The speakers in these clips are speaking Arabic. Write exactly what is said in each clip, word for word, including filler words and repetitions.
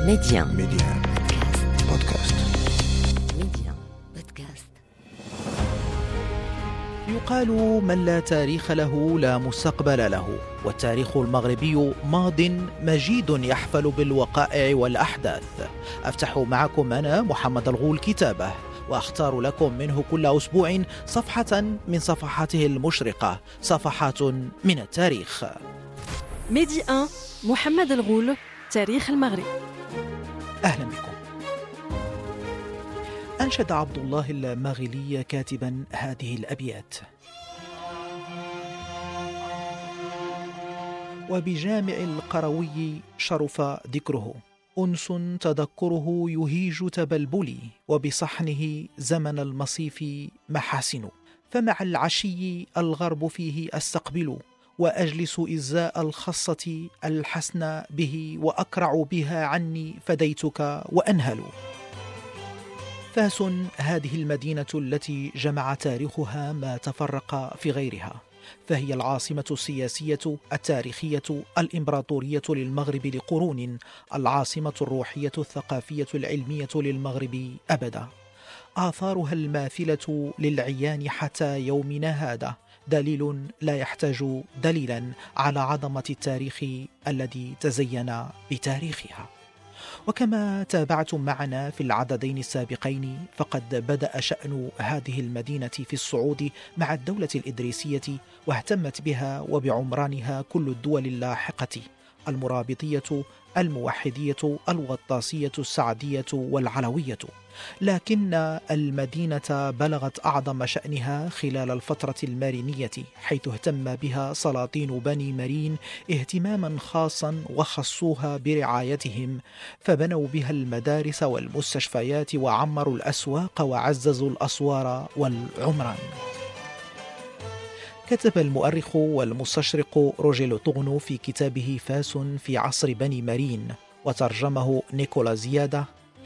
Média. Média. Podcast. Média. Podcast. يقال من لا تاريخ له لا مستقبل له، والتاريخ المغربي ماض مجيد يحفل بالوقائع والأحداث. أفتح معكم أنا محمد الغول كتابه، وأختار لكم منه كل أسبوع صفحة من صفحاته المشرقة، صفحات من التاريخ. ميدي واحد، محمد الغول، تاريخ المغرب. أهلا بكم. أنشد عبد الله الماغلي كاتبا هذه الأبيات: وبجامع القروي شرف ذكره، أنس تذكره يهيج تبلبلي، وبصحنه زمن المصيف محاسن، فمع العشي الغرب فيه أستقبل، وأجلس إزاء الخصة الحسن به، وأكرع بها عني فديتك وأنهل. فاس هذه المدينة التي جمع تاريخها ما تفرق في غيرها، فهي العاصمة السياسية التاريخية الإمبراطورية للمغرب لقرون، العاصمة الروحية الثقافية العلمية للمغرب أبدا. آثارها الماثلة للعيان حتى يومنا هذا، دليل لا يحتاج دليلا على عظمة التاريخ الذي تزين بتاريخها. وكما تابعتم معنا في العددين السابقين، فقد بدأ شأن هذه المدينة في الصعود مع الدولة الإدريسية، واهتمت بها وبعمرانها كل الدول اللاحقة: المرابطية، الموحدية، الوطاسية، السعدية والعلوية. لكن المدينة بلغت أعظم شأنها خلال الفترة المارينية، حيث اهتم بها سلاطين بني مرين اهتماما خاصا، وخصوها برعايتهم، فبنوا بها المدارس والمستشفيات، وعمروا الأسواق، وعززوا الأسوار والعمران. كتب المؤرخ والمستشرق روجيه لوطغنو في كتابه فاس في عصر بني مرين، وترجمه نيكولا زيادة: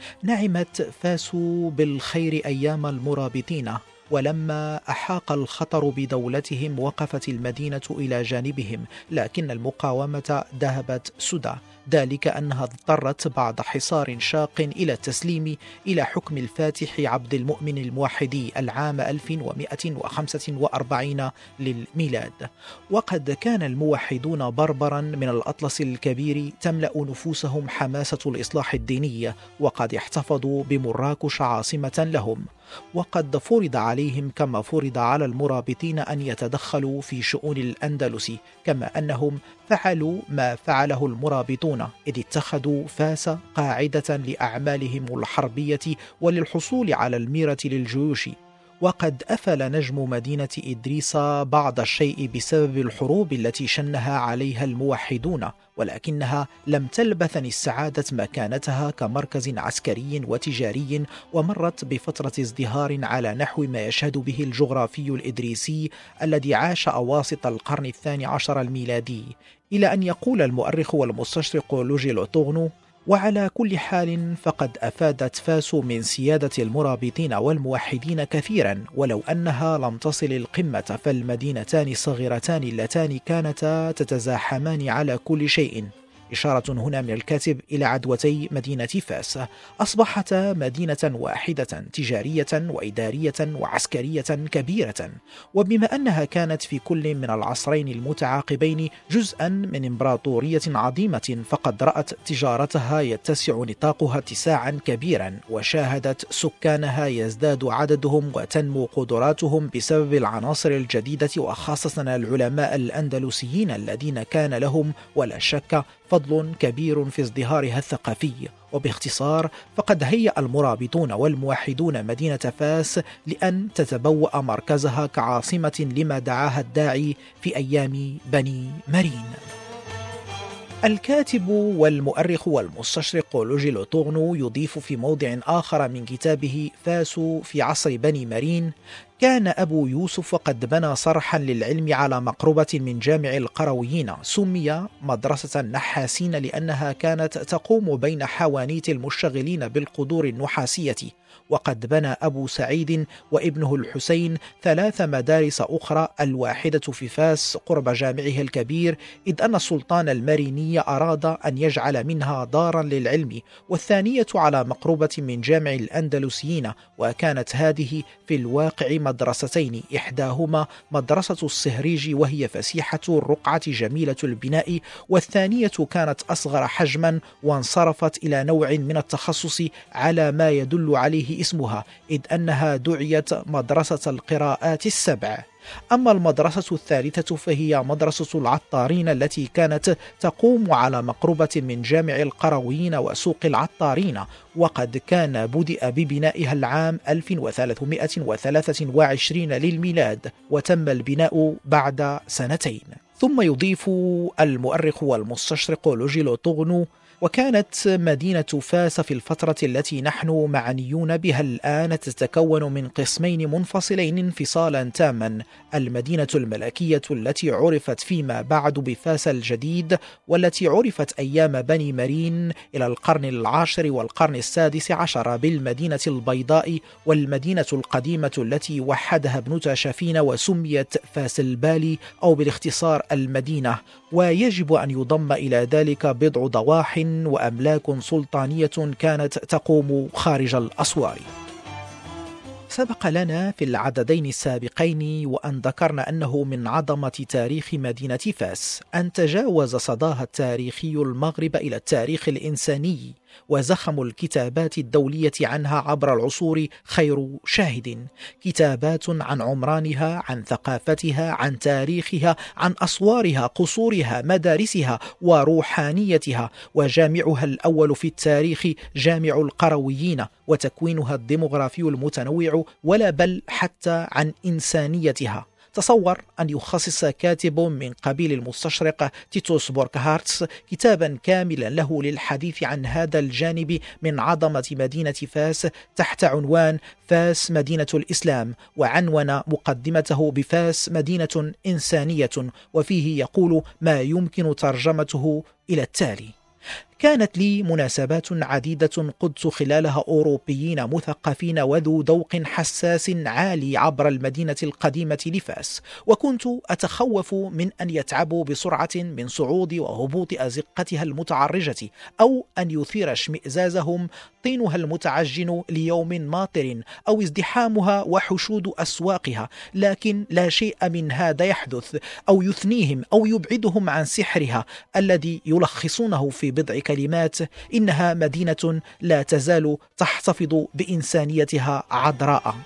نعمت فاس بالخير أيام المرابطين، ولما أحاق الخطر بدولتهم وقفت المدينة إلى جانبهم، لكن المقاومة ذهبت سدى، ذلك أنها اضطرت بعد حصار شاق إلى التسليم إلى حكم الفاتح عبد المؤمن الموحدي العام ألف ومئة وخمسة وأربعين للميلاد. وقد كان الموحدون بربرا من الأطلس الكبير تملأ نفوسهم حماسة الإصلاح الديني، وقد احتفظوا بمراكش عاصمة لهم، وقد فرض عليهم كما فرض على المرابطين أن يتدخلوا في شؤون الأندلس، كما أنهم فعلوا ما فعله المرابطون، إذ اتخذوا فاس قاعدة لأعمالهم الحربية وللحصول على الميرة للجيوش. وقد أفل نجم مدينة إدريس بعض الشيء بسبب الحروب التي شنها عليها الموحدون، ولكنها لم تلبثن السعادة مكانتها كمركز عسكري وتجاري، ومرت بفترة ازدهار على نحو ما يشهد به الجغرافي الإدريسي الذي عاش أواسط القرن الثاني عشر الميلادي. إلى أن يقول المؤرخ والمستشرق روجيه لوطغنو: وعلى كل حال فقد أفادت فاس من سيادة المرابطين والموحدين كثيرا، ولو أنها لم تصل القمة، فالمدينتان صغيرتان اللتان كانتا تتزاحمان على كل شيء. إشارة هنا من الكاتب إلى عدوتي مدينة فاس، أصبحتا مدينة واحدة تجارية وإدارية وعسكرية كبيرة. وبما أنها كانت في كل من العصرين المتعاقبين جزءا من إمبراطورية عظيمة، فقد رأت تجارتها يتسع نطاقها اتساعا كبيرا، وشاهدت سكانها يزداد عددهم وتنمو قدراتهم بسبب العناصر الجديدة، وخاصة العلماء الأندلسيين الذين كان لهم ولا شك فضل كبير في ازدهارها الثقافي. وباختصار، فقد هيأ المرابطون والموحدون مدينة فاس لأن تتبوأ مركزها كعاصمة لما دعاها الداعي في أيام بني مرين. الكاتب والمؤرخ والمستشرق روجيه لوطغنو يضيف في موضع آخر من كتابه فاس في عصر بني مرين: كان أبو يوسف قد بنى صرحا للعلم على مقربة من جامع القرويين، سمي مدرسة النحاسين لأنها كانت تقوم بين حوانيت المشتغلين بالقدور النحاسية. وقد بنى أبو سعيد وابنه الحسين ثلاث مدارس أخرى، الواحدة في فاس قرب جامعه الكبير، إذ أن السلطان المريني أراد أن يجعل منها دارا للعلم، والثانية على مقربة من جامع الأندلسيين، وكانت هذه في الواقع مدرستين، إحداهما مدرسة الصهريج وهي فسيحة الرقعة جميلة البناء، والثانية كانت أصغر حجما وانصرفت إلى نوع من التخصص على ما يدل عليه اسمها، إذ أنها دعيت مدرسة القراءات السبع. أما المدرسة الثالثة فهي مدرسة العطارين التي كانت تقوم على مقربة من جامع القرويين وسوق العطارين، وقد كان بدأ ببنائها العام ألف وثلاثمائة وثلاثة وعشرين للميلاد، وتم البناء بعد سنتين. ثم يضيف المؤرخ والمستشرق لوجيلو طغنو: وكانت مدينة فاس في الفترة التي نحن معنيون بها الآن تتكون من قسمين منفصلين انفصالا تاما: المدينة الملكية التي عرفت فيما بعد بفاس الجديد، والتي عرفت أيام بني مرين إلى القرن العاشر والقرن السادس عشر بالمدينة البيضاء، والمدينة القديمة التي وحدها ابن تاشفين وسميت فاس البالي أو بالاختصار المدينة. ويجب أن يضم إلى ذلك بضع ضواح وأملاك سلطانية كانت تقوم خارج الأسوار. سبق لنا في العددين السابقين وأن ذكرنا أنه من عظمة تاريخ مدينة فاس أن تجاوز صداها التاريخي المغرب إلى التاريخ الإنساني، وزخم الكتابات الدولية عنها عبر العصور خير شاهد، كتابات عن عمرانها، عن ثقافتها، عن تاريخها، عن أسوارها، قصورها، مدارسها وروحانيتها. وجامعها الأول في التاريخ جامع القرويين، وتكوينها الديمغرافي المتنوع، ولا بل حتى عن إنسانيتها. تصور أن يخصص كاتب من قبيل المستشرق تيتوس بوركهارتس كتابا كاملا له للحديث عن هذا الجانب من عظمة مدينة فاس تحت عنوان فاس مدينة الإسلام، وعنون مقدمته بفاس مدينة إنسانية، وفيه يقول ما يمكن ترجمته إلى التالي: كانت لي مناسبات عديدة قدت خلالها أوروبيين مثقفين وذو ذوق حساس عالي عبر المدينة القديمة لفاس، وكنت أتخوف من أن يتعبوا بسرعة من صعود وهبوط أزقتها المتعرجة، أو أن يثير اشمئزازهم طينها المتعجن ليوم ماطر، أو ازدحامها وحشود أسواقها، لكن لا شيء من هذا يحدث أو يثنيهم أو يبعدهم عن سحرها الذي يلخصونه في بضع كلمات: إنها مدينة لا تزال تحتفظ بإنسانيتها عذراء.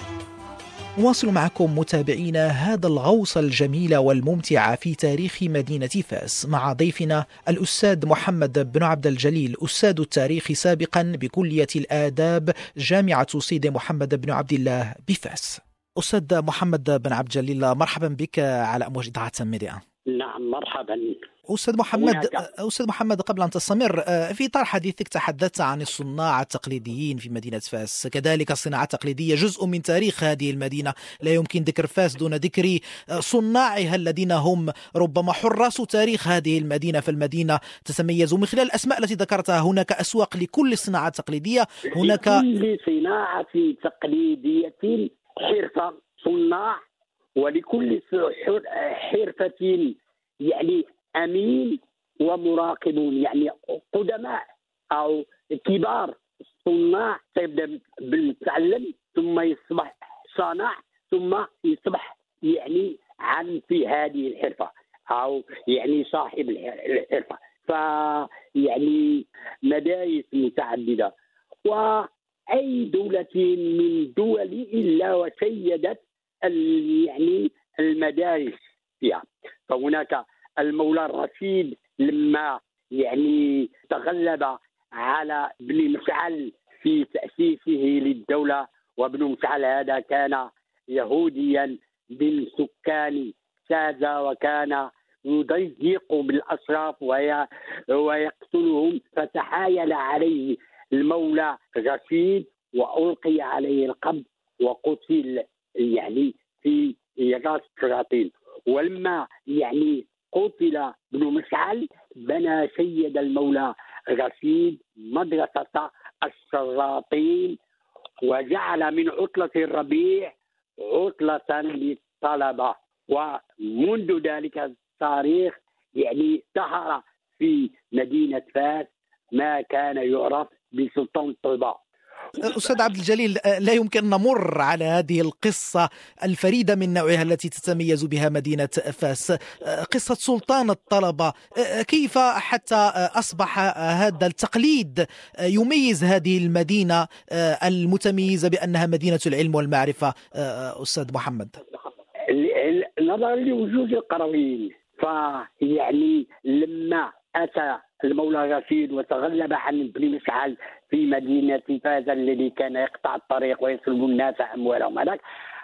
نواصل معكم متابعينا هذا الغوص الجميل والممتع في تاريخ مدينة فاس مع ضيفنا الأستاذ محمد بن عبد الجليل، أستاذ التاريخ سابقا بكلية الآداب جامعة سيدي محمد بن عبد الله بفاس. أستاذ محمد بن عبد الجليل، مرحبا بك على أمواج إذاعة ميديا. نعم مرحبا. أستاذ محمد أستاذ محمد قبل أن تستمر في إطار حديثك تحدثت عن الصناع التقليديين في مدينة فاس، كذلك الصناعة التقليدية جزء من تاريخ هذه المدينة، لا يمكن ذكر فاس دون ذكر صناعها الذين هم ربما حراس تاريخ هذه المدينة. فالمدينة تتميز من خلال الأسماء التي ذكرتها، هناك أسواق لكل الصناعات التقليدية، هناك لكل صناعة تقليدية حرفة صناع، ولكل حرفة يعني أمين ومراقبون، يعني قدماء أو كبار صناع. تبدأ بالمتعلم ثم يصبح صانع ثم يصبح يعني عن في هذه الحرفة أو يعني صاحب الحرفة. فيعني مدارس متعددة، وأي دولة من دول إلا وشيدت يعني المدارس فيها. فهناك المولى الرشيد لما يعني تغلب على ابن مشعل في تأسيسه للدولة، وابن مشعل هذا كان يهوديا من سكان سازا، وكان يضيق بالأشراف ويقتلهم، فتحايل عليه المولى الرشيد وألقي عليه القبض وقتل يعني في راس الشياطين. ولما يعني قتل ابن مشعل بنى سيد المولى رشيد مدرسة الشراطين، وجعل من عطلة الربيع عطلة للطلبة. ومنذ ذلك التاريخ يعني ظهر في مدينة فاس ما كان يعرف بسلطان طلبة. أستاذ عبد الجليل، لا يمكن أن نمر على هذه القصة الفريدة من نوعها التي تتميز بها مدينة فاس، قصة سلطان الطلبة. كيف حتى أصبح هذا التقليد يميز هذه المدينة المتميزة بأنها مدينة العلم والمعرفة؟ أستاذ محمد، نظرا لوجود القرويين، فيعني لما أتى المولى رشيد وتغلب عن ابن مشعل في مدينة فاس الذي كان يقطع الطريق ويسلب الناس أموالهم هناك،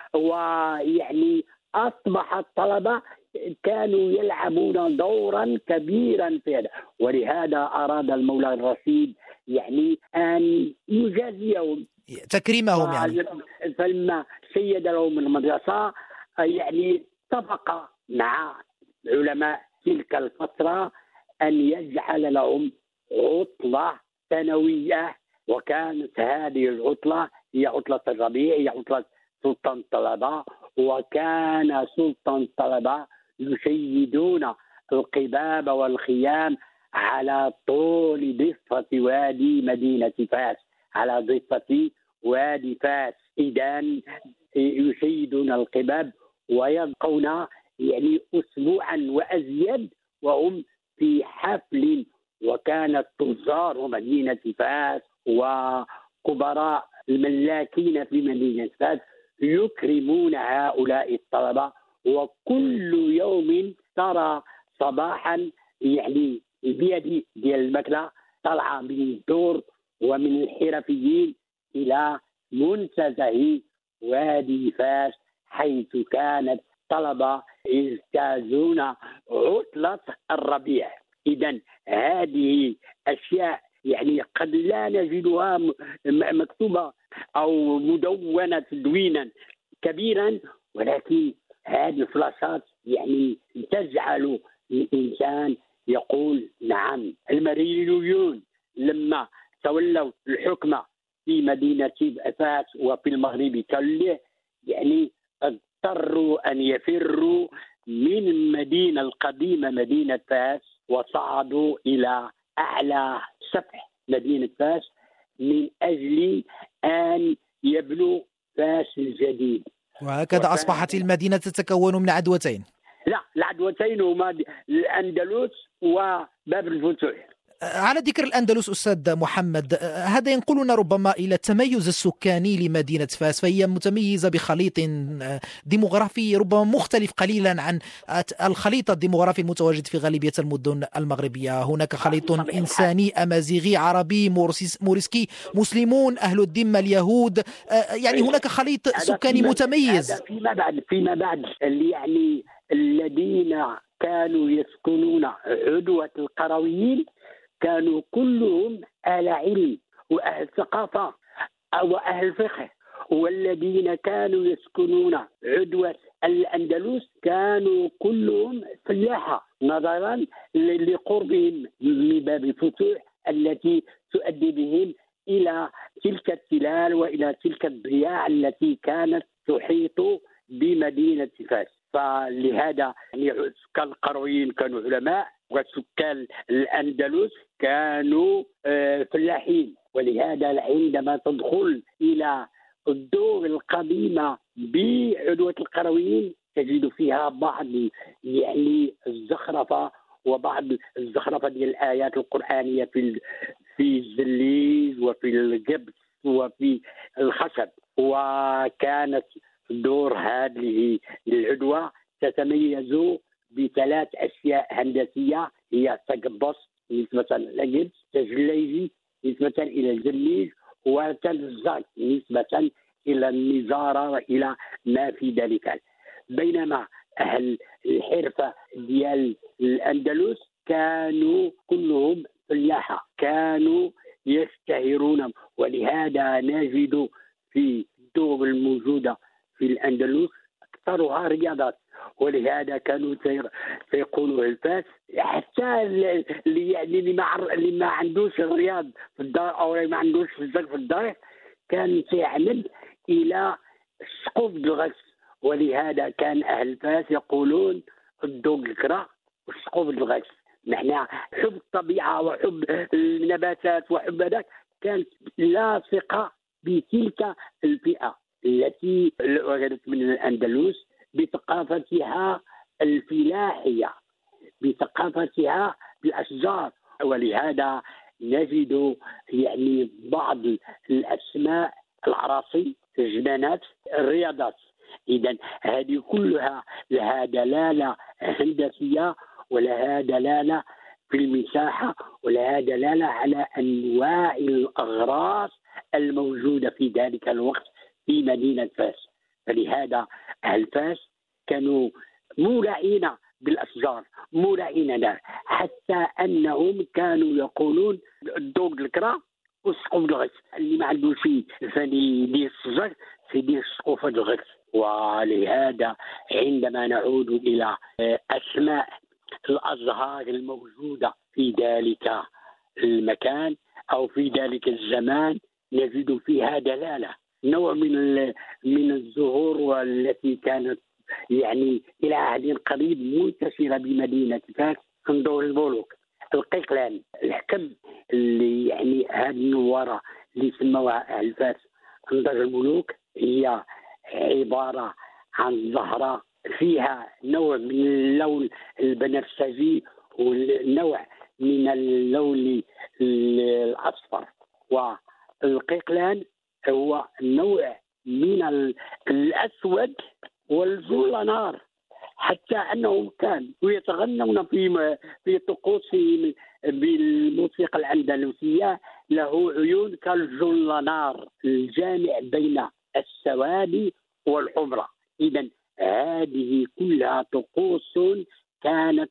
ويعني أصبح الطلبة كانوا يلعبون دورا كبيرا في هذا. ولهذا أراد المولى الرشيد يعني أن يجازيهم تكريمهم يعني. فلما سيد لهم المدرسة يعني اتفق مع علماء تلك الفترة أن يجعل لهم عطلة سنوية، وكانت هذه العطلة هي عطلة الربيع، هي عطلة سلطان الطلبة. وكان سلطان الطلبة يشيدون القباب والخيام على طول ضفة وادي مدينة فاس، على ضفة وادي فاس. إذن يشيدون القباب ويبقون يعني أسبوعا وأزيد وهم في حفل. وكانت تجار مدينة فاس وكبراء الملاكين في مدينة فاس يكرمون هؤلاء الطلبة. وكل يوم ترى صباحا يعني بيد ديال المكلا طلع من الدور ومن الحرفيين إلى منتزه وادي فاس، حيث كانت طلبة يجتازون عطلة الربيع. إذن هذه أشياء يعني قد لا نجدها مكتوبة أو مدونة تدوينا كبيرا، ولكن هذه الفلاشات يعني تجعل الإنسان يقول نعم. المرينيون لما تولوا الحكم في مدينة فاس وفي المغرب كله يعني اضطروا أن يفروا من المدينة القديمة مدينة فاس، وصعدوا إلى أعلى سفح مدينة فاس من أجل أن يبنوا فاس الجديد. وهكذا أصبحت المدينة تتكون من عدوتين. لا، العدوتين هما الأندلس وباب الفتوح. على ذكر الأندلس أستاذ محمد، هذا ينقلنا ربما إلى التميز السكاني لمدينة فاس، فهي متميزة بخليط ديموغرافي ربما مختلف قليلا عن الخليط الديموغرافي المتواجد في غالبية المدن المغربية. هناك خليط إنساني أمازيغي عربي موريسكي مسلمون أهل الذمة اليهود، يعني هناك خليط سكاني متميز. فيما بعد فيما بعد اللي يعني الذين كانوا يسكنون عدوة القرويين كانوا كلهم أهل علم وأهل ثقافة وأهل فقه، والذين كانوا يسكنون عدوة الأندلس كانوا كلهم فلاحة نظرا لقربهم من باب الفتوح التي تؤدي بهم إلى تلك التلال وإلى تلك الضياع التي كانت تحيط بمدينة فاس. فلهذا يعني سكان القرويين كانوا علماء، وسكان الأندلس كانوا فلاحين. ولهذا عندما تدخل إلى الدور القديمة بعدوة القرويين تجد فيها بعض يعني الزخرفة وبعض الزخرفة ديال الآيات القرآنية في في الزليز وفي القبس وفي الخشب. وكانت دور هذه العدوة تتميز بثلاث أشياء هندسية، هي تقبص نسبة إلى القبس، تجليجي نسبة إلى الزليج، وتلزق نسبة إلى النزارة وإلى ما في ذلك. بينما أهل الحرفة ديال الأندلس كانوا كلهم فلاحة، كانوا يشتهرون. ولهذا نجد في الدور الموجودة في الأندلس أكثرها رياضات، ولهذا كانوا سيقولوا الفاس. حتى اللي يعني اللي ما اللي ما عندوش الرياض في الدار أو ما عندوش الزر في الدار كان سيعمل إلى سقوف الغش، ولهذا كان أهل فاس يقولون الدوق الكرة وسقوف الغش. نحن حب الطبيعة وحب النباتات وحب ذاك كانت لاصقة بتلك الفئة التي وجدت من الأندلس بثقافتها الفلاحية، بثقافتها بالأشجار. ولهذا نجد يعني بعض الأسماء العراصي، الجبانات، الرياضات. إذن هذه كلها لها دلالة هندسية ولها دلالة في المساحة ولها دلالة على أنواع الأغراس الموجودة في ذلك الوقت في مدينة فاس. فلهذا أهل فاس كانوا مولعين بالأشجار، مولعين لها، حتى أنهم كانوا يقولون الدوق الكرة وسقوف الغش. اللي ما عنده شيء فلي يدير الشجر سيدير سقوف الغش. ولهذا عندما نعود إلى أسماء الأزهار الموجودة في ذلك المكان أو في ذلك الزمان نجد فيها دلالة نوع من من الزهور، والتي كانت يعني إلى عهد قريب منتشرة بمدينة فاس. انظر الملوك، القيقلان، الحكم، اللي يعني هذه النوارة اللي سموها أهل فاس انظر الملوك، هي عبارة عن زهرة فيها نوع من اللون البنفسجي والنوع من اللون الأصفر. والقيقلان هو نوع من الأسود والزولنار، حتى أنهم كانوا يتغنون في في طقوسهم بالموسيقى الأندلسية له عيون كالجولنار الجامع بين السواد والحمرة. إذن هذه كلها طقوس كانت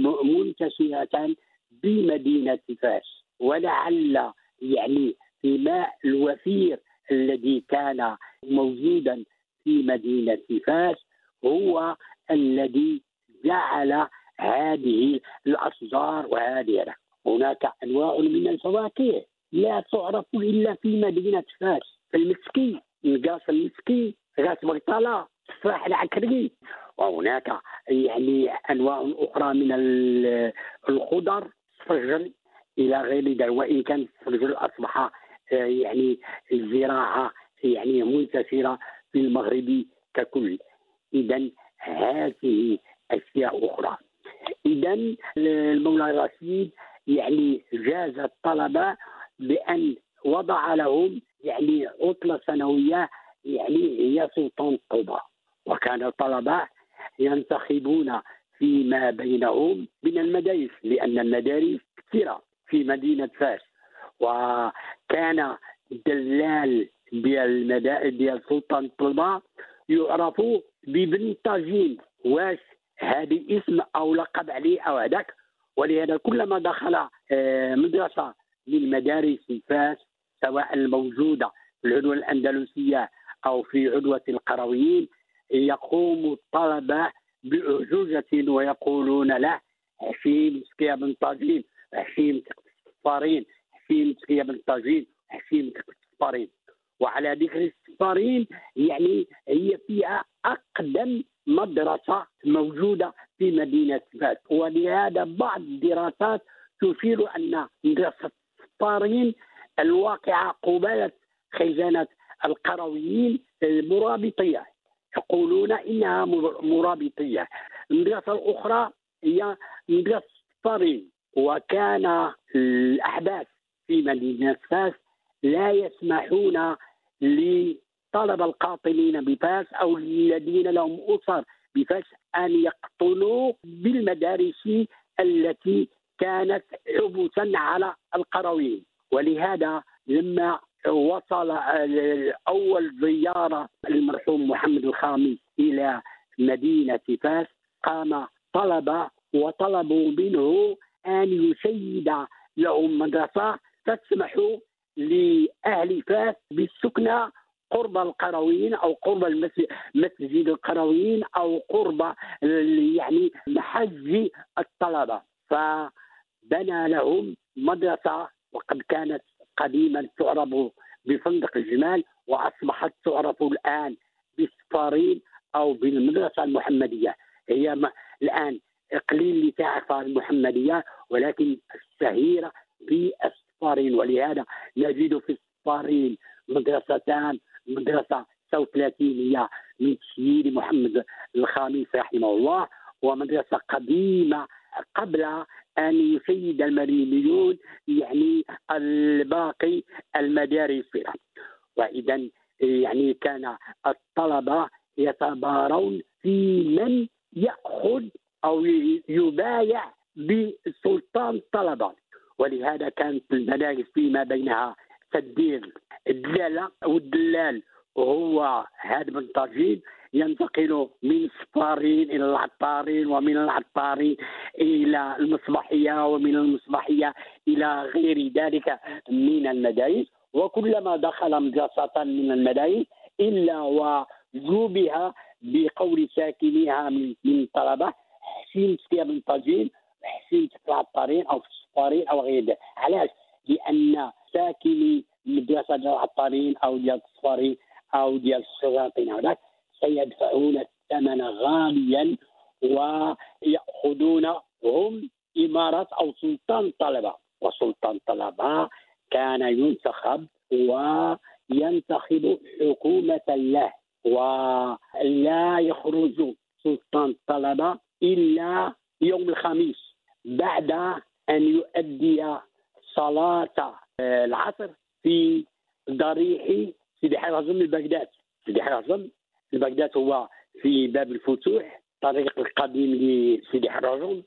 منتشرة بمدينة فاس. ولعل يعني الماء الوفير الذي كان موجودا في مدينة فاس هو الذي جعل هذه الأشجار وهذه. هناك أنواع من الفواكه لا تعرف إلا في مدينة فاس، المسكي، القاص المسكي، غاس بغطالة، تفاح العكري. وهناك يعني أنواع أخرى من الخضر، السفرجل إلى غير ذلك. وإن كان السفرجل أصبح يعني الزراعة يعني منتشرة في المغرب ككل. إذن هذه أشياء أخرى. إذن المولى الرشيد يعني جاز الطلبة بأن وضع لهم يعني عطلة سنوية يعني هي سلطان طوبة، وكان الطلبة ينتخبون فيما بينهم من المدارس، لأن المدارس كثيرة في مدينة فاس. وكان دلال ديال ديال سلطان طوبة يعرف بابن طاجين، واش هذه اسم أو لقب عليه أو هذاك. ولهذا كلما دخل مدرسة من مدارس فاس سواء الموجودة في العدوى الأندلسية أو في عدوى القرويين يقوم الطلبة بأعجوجة ويقولون له حشيم سكية بن طاجين، حشيم الصفارين، حشيم سكية بن طاجين، حشيم الصفارين. وعلى ذكر الصفارين يعني هي فيها أقدم مدرسة موجودة في مدينة فاس. ولهذا بعض الدراسات تشير أن مدرسة الصفارين الواقعة قبالة خزانة القرويين مرابطية، يقولون إنها مرابطية. المدرسة الأخرى هي مدرسة الصفارين. وكان الأحداث في مدينة فاس لا يسمحون لطلب القاطنين بفاس أو الذين لهم أسر بفاس أن يقطنوا بالمدارس التي كانت عبثا على القرويين. ولهذا لما وصل أول زيارة المرحوم محمد الخامس إلى مدينة فاس قام طلبة وطلبوا منه أن يشيد لهم مدرسة تسمح لأهل فاس بالسكنى قرب القرويين أو قرب مسجد القرويين أو قرب يعني محج الطلبة، فبنى لهم مدرسة وقد كانت قديما تعرف بفندق الجمال وأصبحت تعرف الآن بسفارين أو بالمدرسة المحمدية. هي الآن قليل اللي تعرف المحمدية ولكن الشهيرة بالسفارين، ولهذا نجد في السفارين مدرستان، مدرسة سوت لاتينية من تشييد محمد الخامس رحمه الله، ومدرسة قديمة قبل أن يسيد المرينيون يعني الباقي المدارس فيها. وإذا يعني كان الطلبة يتبارون في من يأخذ أو يبايع بسلطان الطلبة، ولهذا كانت المدارس فيما بينها تدير الدلالة، والدلال هو هذا بن طاجين ينتقل من السفارين إلى العطارين، ومن العطارين إلى المصباحية، ومن المصباحية إلى غير ذلك من المدارس. وكلما دخل مدرسة من المدارس إلا وجوبها بقول ساكنيها من الطلبة حسين يا بن طاجين، حسين في العطارين أو في السفارين أو غير ذلك. علاش؟ لأن ساكني مدرسة العطارين أو ديال السفارين أو ديال الشياطين هذاك سيدفعون الثمن غاليا ويأخذون هم إمارة أو سلطان الطلبة، وسلطان الطلبة كان ينتخب وينتخب حكومة له، ولا يخرج سلطان الطلبة إلا يوم الخميس بعد أن يؤدي صلاة العصر في ضريح سيدي حرازم البغداد. سيدي حرازم البغداد هو في باب الفتوح، طريق القديم لسيدي حرازم،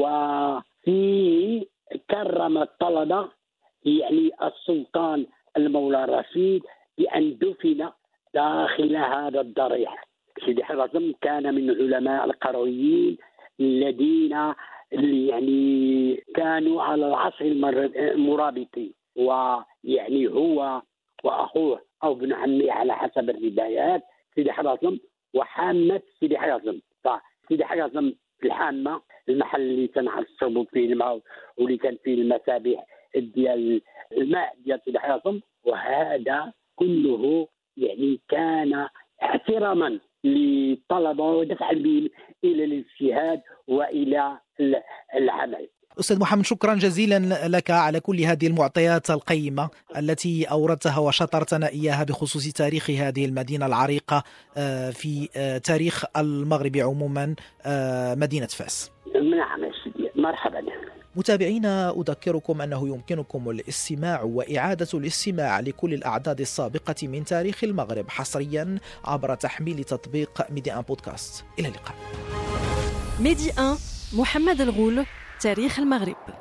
وفيه كرم الطلبة يعني السلطان المولى الرشيد بأن دفن داخل هذا الضريح. سيدي حرازم كان من علماء القرويين الذين يعني كانوا على العصر المرابطي، ويعني هو وأخوه أو ابن عمه على حسب الروايات سيدي حرازم وحامة سيدي حرازم. فسيدي حرازم الحامة المحل اللي تنعصبوا فيه الماء واللي كان فيه المسابح ديال الماء ديال سيدي حرازم، وهذا كله يعني كان احتراما للطلبة ودفعا بهم إلى الاجتهاد وإلى العمل. أستاذ محمد، شكرا جزيلا لك على كل هذه المعطيات القيمة التي أوردتها وشطرتنا إياها بخصوص تاريخ هذه المدينة العريقة في تاريخ المغرب عموما، مدينة فاس. نعم يا سيدي، مرحبا. متابعينا، أذكركم أنه يمكنكم الاستماع وإعادة الاستماع لكل الأعداد السابقة من تاريخ المغرب حصريا عبر تحميل تطبيق ميدي آن بودكاست. إلى اللقاء. ميدي آن، محمد الغول، تاريخ المغرب.